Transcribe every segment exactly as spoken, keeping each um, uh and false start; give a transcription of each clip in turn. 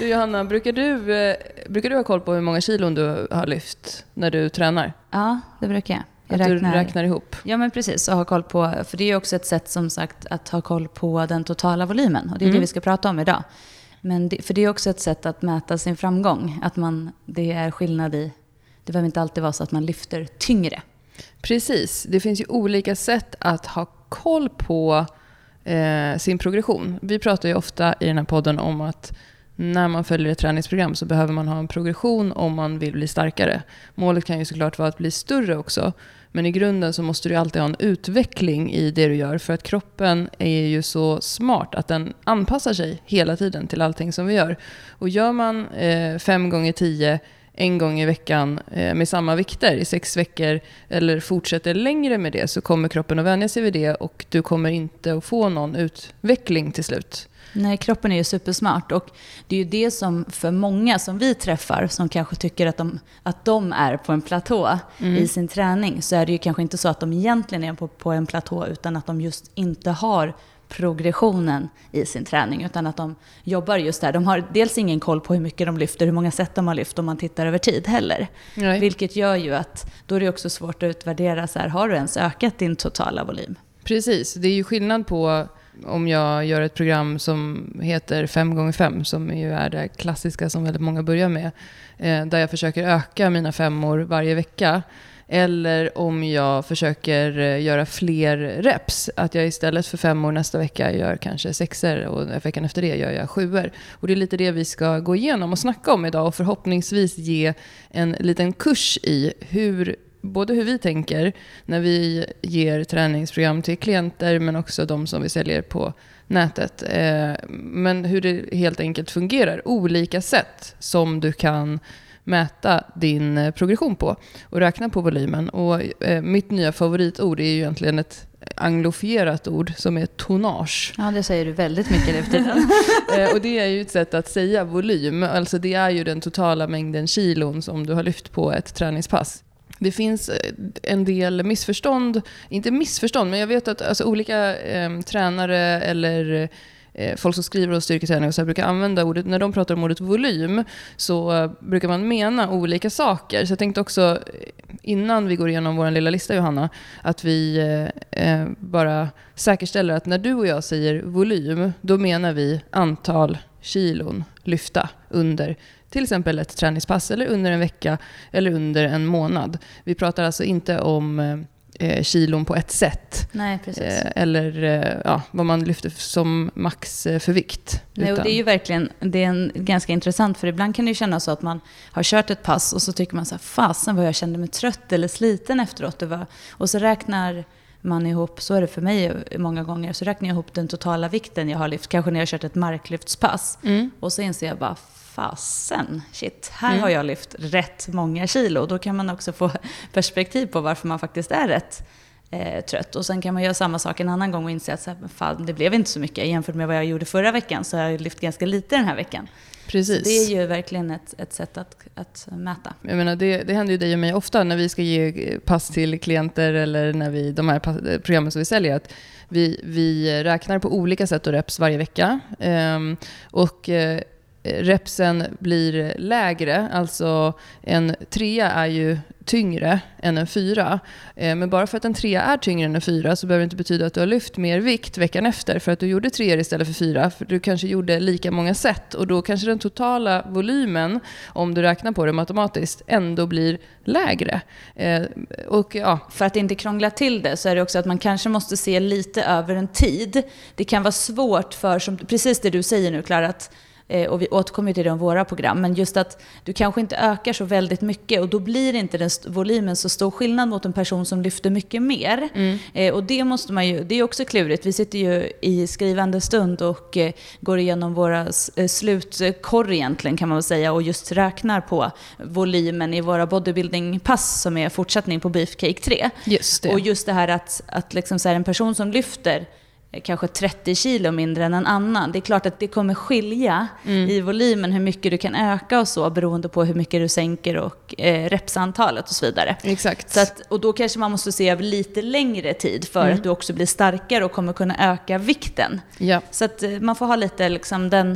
Du Johanna, brukar du, eh, brukar du ha koll på hur många kilon du har lyft när du tränar? Ja, det brukar jag. jag att räknar, du räknar ihop? Ja, men precis. Och ha koll på, för det är ju också ett sätt som sagt att ha koll på den totala volymen. Och det är mm. det vi ska prata om idag. Men det, för det är också ett sätt att mäta sin framgång. Att man, det är skillnad i, det behöver inte alltid vara så att man lyfter tyngre. Precis, det finns ju olika sätt att ha koll på eh, sin progression. Vi pratar ju ofta i den här podden om att när man följer ett träningsprogram så behöver man ha en progression om man vill bli starkare. Målet kan ju såklart vara att bli större också. Men i grunden så måste du alltid ha en utveckling i det du gör. För att kroppen är ju så smart att den anpassar sig hela tiden till allting som vi gör. Och gör man eh, fem gånger tio en gång i veckan eh, med samma vikter i sex veckor eller fortsätter längre med det, så kommer kroppen att vänja sig vid det och du kommer inte att få någon utveckling till slut. Nej, kroppen är ju supersmart och det är ju det som för många som vi träffar som kanske tycker att de, att de är på en platå mm. i sin träning, så är det ju kanske inte så att de egentligen är på, på en platå, utan att de just inte har progressionen i sin träning, utan att de jobbar just där. De har dels ingen koll på hur mycket de lyfter, hur många sätt de har lyft om man tittar över tid heller. Nej. Vilket gör ju att då är det också svårt att utvärdera så här, har du ens ökat din totala volym? Precis, det är ju skillnad på om jag gör ett program som heter fem gånger fem, som ju är det klassiska som väldigt många börjar med, eh, där jag försöker öka mina femmor varje vecka. Eller om jag försöker göra fler reps. Att jag istället för fem år nästa vecka gör kanske sexer och veckan efter det gör jag sjuor. Och det är lite det vi ska gå igenom och snacka om idag. Och förhoppningsvis ge en liten kurs i hur, både hur vi tänker när vi ger träningsprogram till klienter, men också de som vi säljer på nätet. Men hur det helt enkelt fungerar. Olika sätt som du kan mäta din progression på och räkna på volymen. Och eh, mitt nya favoritord är ju egentligen ett anglofierat ord som är tonnage. Ja, det säger du väldigt mycket efter tiden. eh, och det är ju ett sätt att säga volym. Alltså det är ju den totala mängden kilon som du har lyft på ett träningspass. Det finns en del missförstånd, inte missförstånd, men jag vet att alltså, olika eh, tränare eller folk som skriver om styrketräning och så här brukar använda ordet, när de pratar om ordet volym så brukar man mena olika saker. Så jag tänkte också innan vi går igenom vår lilla lista, Johanna, att vi eh, bara säkerställer att när du och jag säger volym, då menar vi antal kilon lyfta under till exempel ett träningspass eller under en vecka eller under en månad. Vi pratar alltså inte om eh, kilon på ett sätt. Nej, precis. Eh, eller eh, ja, vad man lyfter som max eh, för vikt. Nej, och det är ju verkligen, det är en, ganska intressant, för ibland kan det ju kännas så att man har kört ett pass och så tycker man så här, fasen vad jag kände mig trött eller sliten efteråt. Det var, och så räknar man ihop, så är det för mig många gånger, så räknar jag ihop den totala vikten jag har lyft, kanske när jag har kört ett marklyftspass. Mm. Och så inser jag bara, fasen, shit, här mm. har jag lyft rätt många kilo. Då kan man också få perspektiv på varför man faktiskt är rätt eh, trött. Och sen kan man göra samma sak en annan gång och inse att så här, fan, det blev inte så mycket. Jämfört med vad jag gjorde förra veckan så har jag lyft ganska lite den här veckan. Precis. Så det är ju verkligen ett, ett sätt att, att mäta. Jag menar, det, det händer ju dig och mig ofta när vi ska ge pass till klienter eller när vi, de här pass, programmen som vi säljer, att vi, vi räknar på olika sätt och reps varje vecka. Um, och uh, repsen blir lägre, alltså en trea är ju tyngre än en fyra. Men bara för att en trea är tyngre än en fyra så behöver det inte betyda att du har lyft mer vikt veckan efter för att du gjorde tre istället för fyra. För du kanske gjorde lika många set och då kanske den totala volymen, om du räknar på det matematiskt, ändå blir lägre. Och ja. För att inte krångla till det så är det också att man kanske måste se lite över en tid. Det kan vara svårt för, som, precis det du säger nu, Clara, att och vi återkommer till det om våra program, men just att du kanske inte ökar så väldigt mycket och då blir inte den st- volymen så stor skillnad mot en person som lyfter mycket mer. Mm. Eh, och det måste man ju, det är också klurigt. Vi sitter ju i skrivande stund och eh, går igenom våra eh, slutkorr egentligen, kan man väl säga, och just räknar på volymen i våra bodybuilding-pass som är fortsättning på Beefcake tre. Just det. Och just det här att, att liksom så här, en person som lyfter kanske trettio kilo mindre än en annan. Det är klart att det kommer skilja mm. i volymen hur mycket du kan öka och så, beroende på hur mycket du sänker och eh, repsantalet och så vidare. Exakt. Så att, och då kanske man måste se över lite längre tid för mm. att du också blir starkare och kommer kunna öka vikten. Ja. Så att eh, man får ha lite liksom den,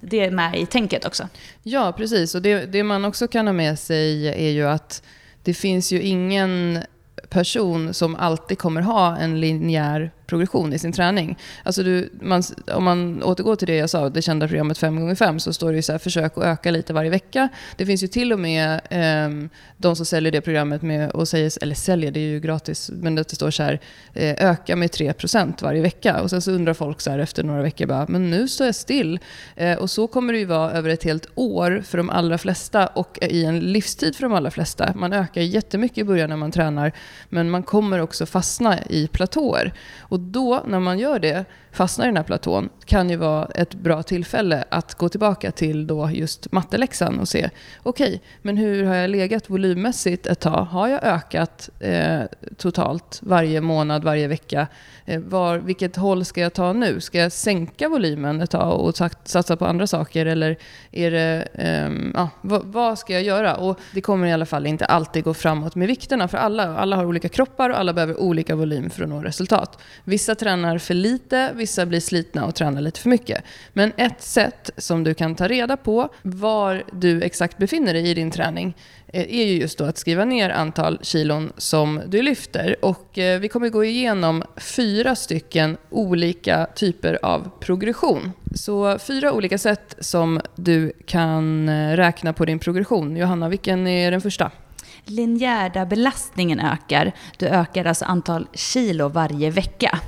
det är med i tänket också. Ja, precis. Och det, det man också kan ha med sig är ju att det finns ju ingen person som alltid kommer ha en linjär progression i sin träning. Alltså du, man, om man återgår till det jag sa, det kända programmet fem gånger fem, så står det ju så här, försök att öka lite varje vecka. Det finns ju till och med eh, de som säljer det programmet med och säger, eller säljer, det är ju gratis, men det står så här, eh, öka med tre procent varje vecka. Och sen så undrar folk så här efter några veckor bara, men nu står jag still. Eh, och så kommer det ju vara över ett helt år för de allra flesta och i en livstid för de allra flesta. Man ökar jättemycket i början när man tränar, men man kommer också fastna i platåer. Och då, när man gör det, fastnar i den här platån, kan ju vara ett bra tillfälle att gå tillbaka till då just matteläxan och se, okej, okay, men hur har jag legat volymmässigt ett tag? Har jag ökat eh, totalt varje månad, varje vecka? Eh, var, vilket håll ska jag ta nu? Ska jag sänka volymen ett tag och satsa på andra saker? Eller är det, eh, ja, vad, vad ska jag göra? Och det kommer i alla fall inte alltid gå framåt med vikterna för alla. Alla har olika kroppar och alla behöver olika volym för att nå resultat. Vissa tränar för lite, vissa blir slitna och tränar lite för mycket. Men ett sätt som du kan ta reda på var du exakt befinner dig i din träning är ju just då att skriva ner antal kilon som du lyfter. Och vi kommer gå igenom fyra stycken olika typer av progression. Så fyra olika sätt som du kan räkna på din progression. Johanna, vilken är den första? Linjär där belastningen ökar. Du ökar alltså antal kilo varje vecka.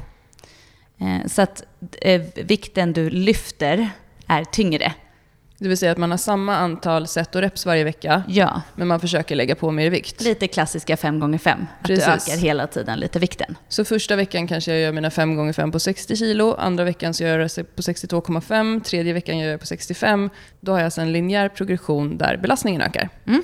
Så att eh, vikten du lyfter är tyngre. Det vill säga att man har samma antal set och reps varje vecka. Ja. Men man försöker lägga på mer vikt. Lite klassiska fem gånger fem. Att Precis. Du ökar hela tiden lite vikten. Så första veckan kanske jag gör mina fem gånger fem på sextio kilo. Andra veckan så gör jag det på sextiotvå komma fem. Tredje veckan gör jag på sextiofem. Då har jag alltså en linjär progression där belastningen ökar. Mm.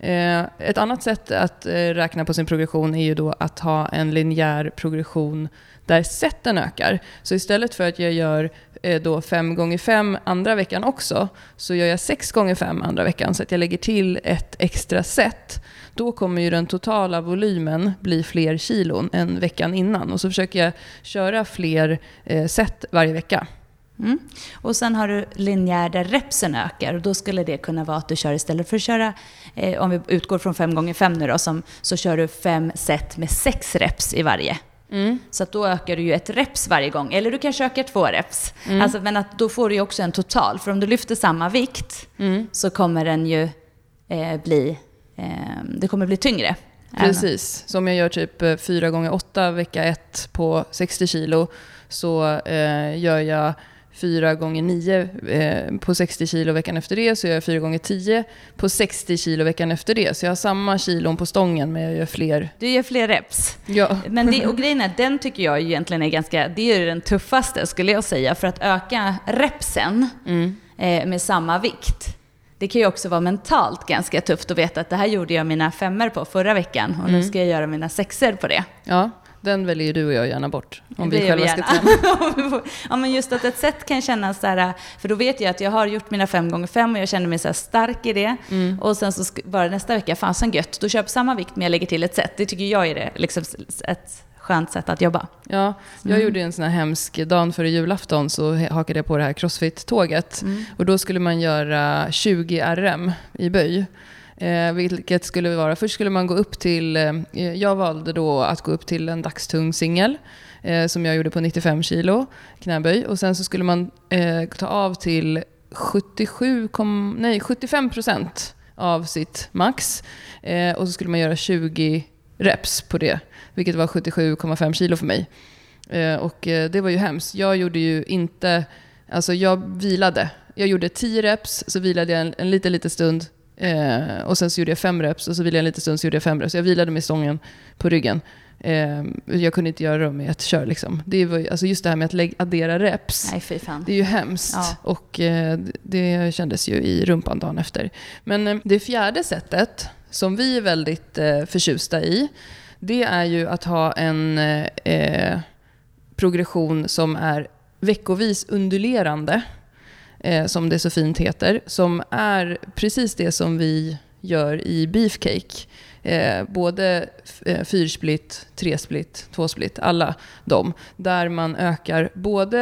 Ett annat sätt att räkna på sin progression är ju då att ha en linjär progression där sätten ökar. Så istället för att jag gör då fem gånger fem andra veckan också, så gör jag sex gånger fem andra veckan, så att jag lägger till ett extra set. Då kommer ju den totala volymen bli fler kilon än veckan innan. Och så försöker jag köra fler set varje vecka. Mm. Och sen har du linjär där repsen ökar, och då skulle det kunna vara att du kör istället för att köra, eh, om vi utgår från fem gånger fem nu då, som, så kör du fem set med sex reps i varje. Mm. Så att då ökar du ju ett reps varje gång, eller du kanske ökar två reps. Mm. Alltså, men att då får du ju också en total, för om du lyfter samma vikt mm. så kommer den ju eh, bli eh, det kommer bli tyngre. Precis, så om jag gör typ fyra gånger åtta vecka ett på sextio kilo, så eh, gör jag fyra gånger nio eh, på sextio kilo veckan efter det, så gör jag fyra gånger tio på sextio kilo veckan efter det. Så jag har samma kilon på stången, men jag gör fler. Du gör fler reps. Ja. Men det, och grejen är, den tycker jag egentligen är ganska, det är den tuffaste skulle jag säga, för att öka repsen mm. eh, med samma vikt. Det kan ju också vara mentalt ganska tufft att veta att det här gjorde jag mina femmer på förra veckan, och mm. nu ska jag göra mina sexer på det. Ja. Den väljer du och jag gärna bort. Om vi själva ska träna. Ja, men just att ett sätt kan kännas så här, för då vet jag att jag har gjort mina fem gånger fem och jag känner mig så här stark i det. Mm. Och sen så bara nästa vecka, fan så gött, då köper samma vikt men jag lägger till ett sätt. Det tycker jag är det, liksom ett skönt sätt att jobba. Ja, jag mm. gjorde en sån här hemsk dagen före julafton, så hakade jag på det här crossfit-tåget. Mm. Och då skulle man göra tjugo R M i böj. Eh, vilket skulle vara, först skulle man gå upp till, eh, jag valde då att gå upp till en dagstung singel eh, som jag gjorde på nittiofem kilo knäböj, och sen så skulle man eh, ta av till sjuttiosju, nej, sjuttiofem procent av sitt max eh, och så skulle man göra tjugo reps på det, vilket var sjuttiosju komma fem kilo för mig. Eh, och eh, det var ju hemskt. Jag gjorde ju inte, alltså jag vilade. Jag gjorde tio reps, så vilade jag en, en liten, liten stund. Eh, och sen så gjorde jag fem reps, och så vilade jag en liten stund, så gjorde jag fem reps. Jag vilade med stången på ryggen. Eh, jag kunde inte göra det med ett kör liksom. Det var ju, alltså just det här med att lägga, addera reps. Nej, fy fan. Det är ju hemskt. Ja. Och eh, det kändes ju i rumpan dagen efter. Men eh, det fjärde sättet som vi är väldigt eh, förtjusta i, det är ju att ha en eh, progression som är veckovis undulerande. Eh, som det så fint heter, som är precis det som vi gör i beefcake. Eh, både eh, fyrsplit, tresplit, tvåsplit, alla de. Där man ökar både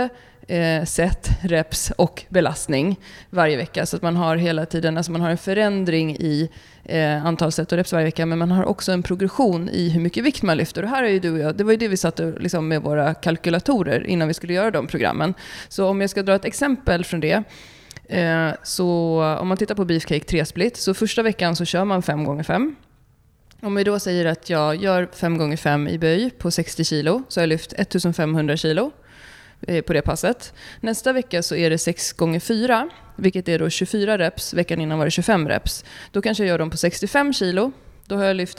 eh, set, reps och belastning varje vecka. Så att man har hela tiden, alltså man har en förändring i eh, antal set och reps varje vecka, men man har också en progression i hur mycket vikt man lyfter. Och här är ju du och jag, det var ju det vi satte liksom med våra kalkylatorer innan vi skulle göra de programmen. Så om jag ska dra ett exempel från det, eh, så om man tittar på Beefcake tre split, så första veckan så kör man fem gånger fem. Om vi då säger att jag gör fem gånger fem i böj på sextio kilo, så har jag lyft ettusenfemhundra kilo på det passet. Nästa vecka så är det sex gånger fyra, vilket är då tjugofyra reps. Veckan innan var det tjugofem reps. Då kanske jag gör dem på sextiofem kilo. Då har jag lyft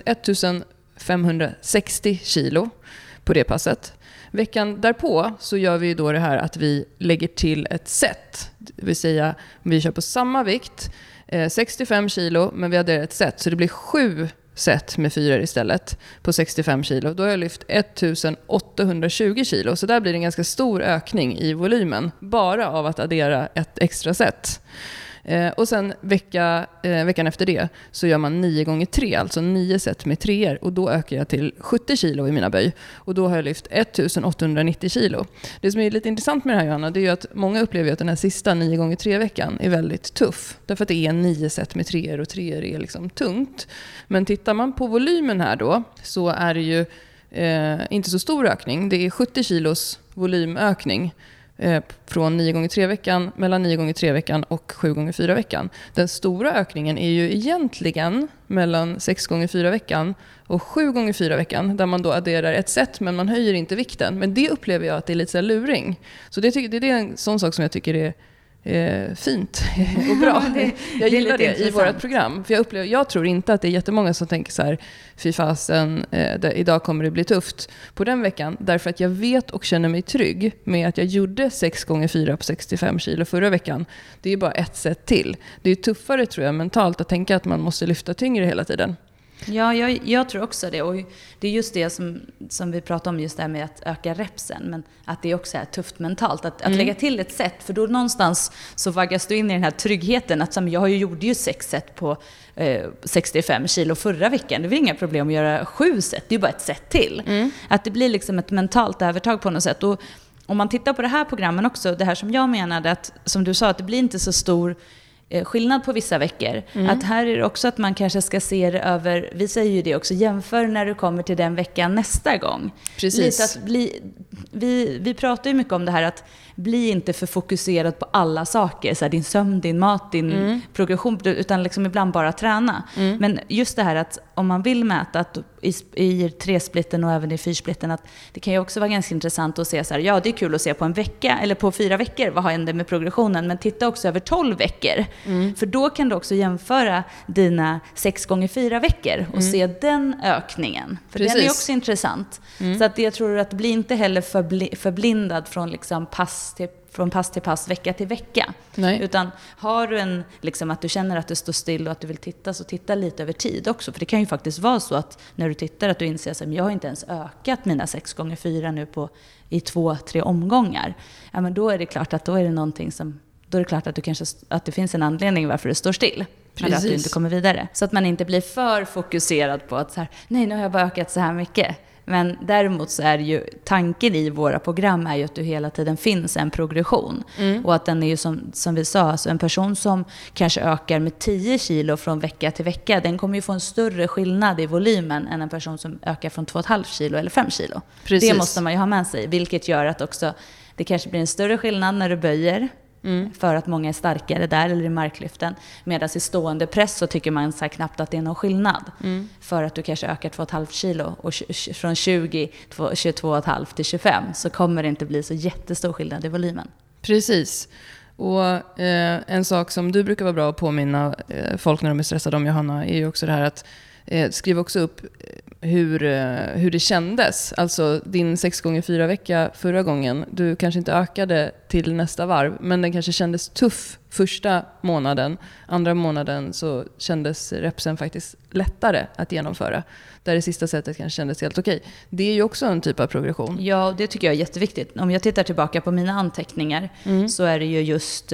ettusenfemhundrasextio kilo på det passet. Veckan därpå så gör vi då det här att vi lägger till ett set. Det vill säga vi kör på samma vikt, eh, sextiofem kilo, men vi adderar ett set. Så det blir sju set med fyra istället på sextiofem kilo. Då har jag lyft ettusenåttahundratjugo kilo. Så där blir det en ganska stor ökning i volymen bara av att addera ett extra set. Eh, och sen vecka, eh, veckan efter det så gör man nio gånger tre, alltså nio set med treor. Och då ökar jag till sjuttio kilo i mina böj. Och då har jag lyft ettusenåttahundranittio kilo. Det som är lite intressant med det här, Johanna, det är ju att många upplever att den här sista nio gånger tre veckan är väldigt tuff. Därför att det är nio set med treor och treor är liksom tungt. Men tittar man på volymen här då, så är det ju eh, inte så stor ökning. Det är sjuttio kilos volymökning. Eh, från nio gånger tre veckan, mellan nio gånger tre veckan och sju gånger fyra veckan. Den stora ökningen är ju egentligen mellan sex gånger fyra veckan och sju gånger fyra veckan, där man då adderar ett set men man höjer inte vikten. Men det upplever jag att det är lite så här luring. Så det, ty- det är en sån sak som jag tycker är Eh, fint och bra. det, jag gillar det, det i vårt program. För jag, upplever, jag tror inte att det är jättemånga som tänker så här, fy fasen, eh, där, idag kommer det bli tufft på den veckan. Därför att jag vet och känner mig trygg med att jag gjorde sex gånger fyra på sextiofem kilo förra veckan. Det är bara ett sätt till. Det är tuffare, tror jag, mentalt att tänka att man måste lyfta tyngre hela tiden. Ja, jag, jag tror också det. Och det är just det som, som vi pratar om, just det här med att öka repsen. Men att det också är tufft mentalt. Att, mm. att lägga till ett set. För då någonstans så vaggas du in i den här tryggheten. Att som jag gjorde ju sex set på eh, sextiofem kilo förra veckan. Det var inga problem att göra sju set. Det är ju bara ett set till. Mm. Att det blir liksom ett mentalt övertag på något sätt. Och om man tittar på det här programmen också. Det här som jag menade, att som du sa, att det blir inte så stor skillnad på vissa veckor. Mm. Att här är det också att man kanske ska se det över, vi säger ju det också, jämför när du kommer till den veckan nästa gång. Precis. Lite att bli, vi, vi pratar ju mycket om det här att bli inte för fokuserad på alla saker, så här, din sömn, din mat, din mm. progression, utan liksom ibland bara träna. Mm. Men just det här att om man vill mäta att i, i tre-splitten och även i fyrsplitten, att det kan ju också vara ganska intressant att se så här, ja det är kul att se på en vecka eller på fyra veckor, vad händer med progressionen, men titta också över tolv veckor. Mm. För då kan du också jämföra dina sex gånger fyra veckor och mm. se den ökningen. För Precis. Den är också intressant. Mm. Så att jag tror att bli inte heller förbli, förblindad från liksom pass till, från pass till pass, vecka till vecka. Nej. Utan har du en, liksom att du känner att du står still och att du vill titta, så titta lite över tid också. För det kan ju faktiskt vara så att när du tittar att du inser att jag har inte ens ökat mina sex gånger fyra nu på, i två, tre omgångar. Ja, men då är det klart att då är det någonting som... Då är det klart att, du kanske, att det finns en anledning varför det står still. Precis. Eller att du inte kommer vidare. Så att man inte blir för fokuserad på att så här, nej, nu har jag bara ökat så här mycket. Men däremot så är det ju, tanken i våra program är ju att du hela tiden finns en progression. Mm. Och att den är ju som, som vi sa, alltså en person som kanske ökar med tio kilo från vecka till vecka, den kommer ju få en större skillnad i volymen än en person som ökar från två komma fem kilo eller fem kilo. Precis. Det måste man ju ha med sig, vilket gör att också det kanske blir en större skillnad när du böjer. Mm. För att många är starkare där eller i marklyften. Medan i stående press så tycker man så här knappt att det är någon skillnad. Mm. För att du kanske ökar två komma fem kilo och från tjugo, tjugotvå komma fem till tjugofem, så kommer det inte bli så jättestor skillnad i volymen. Precis. Och eh, en sak som du brukar vara bra att påminna eh, folk när de är stressade om, Johanna, är ju också det här att eh, skriva också upp hur, hur det kändes. Alltså din sex gånger fyra vecka förra gången, du kanske inte ökade till nästa varv, men den kanske kändes tuff första månaden. Andra månaden så kändes repsen faktiskt lättare att genomföra. Där det sista sättet kanske kändes helt okej. Det är ju också en typ av progression. Ja, det tycker jag är jätteviktigt. Om jag tittar tillbaka på mina anteckningar mm. så är det ju just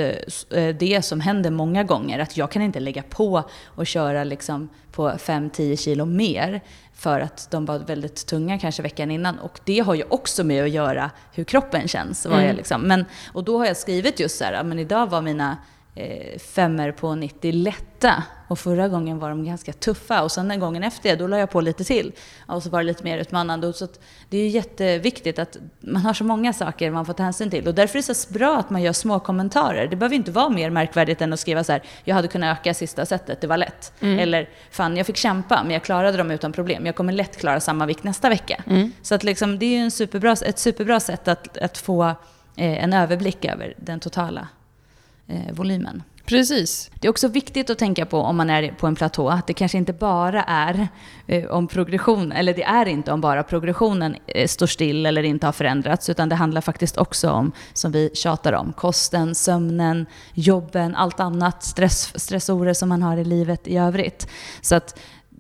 det som händer många gånger. Att jag kan inte lägga på och köra liksom på fem till tio kilo mer. För att de var väldigt tunga kanske veckan innan. Och det har ju också med att göra hur kroppen känns. Mm. Jag liksom. Men Och då har jag skrivit just så här, men idag var mina eh, femmer på nittio lätta. Och förra gången var de ganska tuffa. Och sen den gången efter det, då la jag på lite till. Och så var det lite mer utmanande. Så att det är jätteviktigt att man har så många saker man får ta hänsyn till. Och därför är det så bra att man gör små kommentarer. Det behöver inte vara mer märkvärdigt än att skriva så här: jag hade kunnat öka sista sättet, det var lätt. Mm. Eller, fan, jag fick kämpa, men jag klarade dem utan problem. Jag kommer lätt klara samma vikt nästa vecka. Mm. Så att liksom, det är ju en superbra, ett superbra sätt att, att få eh, en överblick över den totala eh, volymen. Precis. Det är också viktigt att tänka på om man är på en platå att det kanske inte bara är eh, om progression, eller det är inte om bara progressionen eh, står still eller inte har förändrats, utan det handlar faktiskt också om, som vi tjatar om, kosten, sömnen, jobben, allt annat, stress, stressorer som man har i livet i övrigt. Så att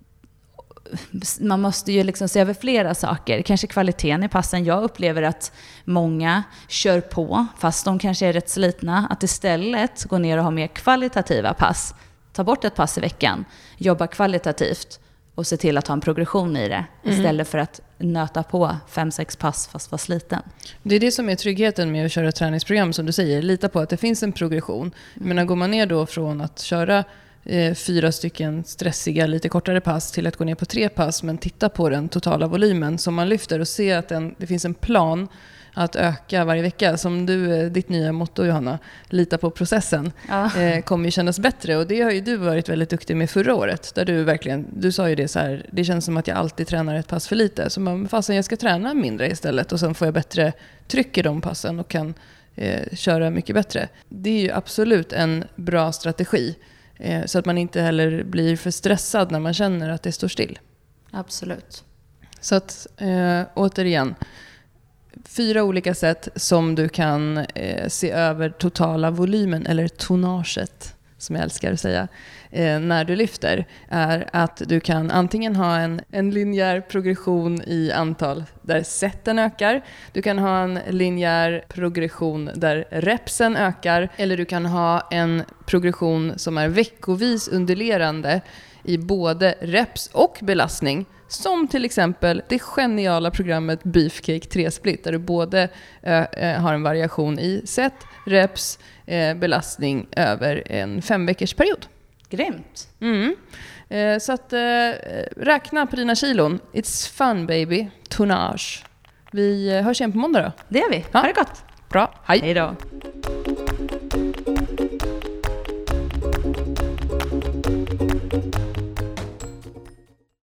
man måste ju liksom se över flera saker. Kanske kvaliteten i passen. Jag upplever att många kör på, fast de kanske är rätt slitna. Att istället gå ner och ha mer kvalitativa pass. Ta bort ett pass i veckan. Jobba kvalitativt. Och se till att ha en progression i det. Mm. Istället för att nöta på fem, sex pass fast vara sliten. Det är det som är tryggheten med att köra ett träningsprogram, som du säger. Lita på att det finns en progression. Mm. Men går man ner då från att köra Eh, fyra stycken stressiga, lite kortare pass till att gå ner på tre pass, men titta på den totala volymen som man lyfter och se att den, det finns en plan att öka varje vecka. Som du, ditt nya motto, Johanna, lita på processen, ja. eh, kommer ju kännas bättre. Och det har ju du varit väldigt duktig med förra året. Där du verkligen, du sa ju det så här: det känns som att jag alltid tränar ett pass för lite. Så man, fastän jag ska träna mindre istället, och sen får jag bättre tryck i de passen och kan eh, köra mycket bättre. Det är ju absolut en bra strategi. Så att man inte heller blir för stressad när man känner att det står still. Absolut. Så att äh, återigen, fyra olika sätt som du kan äh, se över totala volymen, eller tonaget som jag älskar att säga, eh, när du lyfter, är att du kan antingen ha en, en linjär progression i antal där sätten ökar. Du kan ha en linjär progression där repsen ökar. Eller du kan ha en progression som är veckovis underlerande i både reps och belastning. Som till exempel det geniala programmet Beefcake tre split, där du både äh, har en variation i set, reps, äh, belastning över en fem veckors period. Grymt. Mm. Äh, så att äh, räkna på dina kilon. It's fun baby. Tonage. Vi hörs igen på måndag då. Det gör vi. Ha det gott. Bra. Hej. Hej då.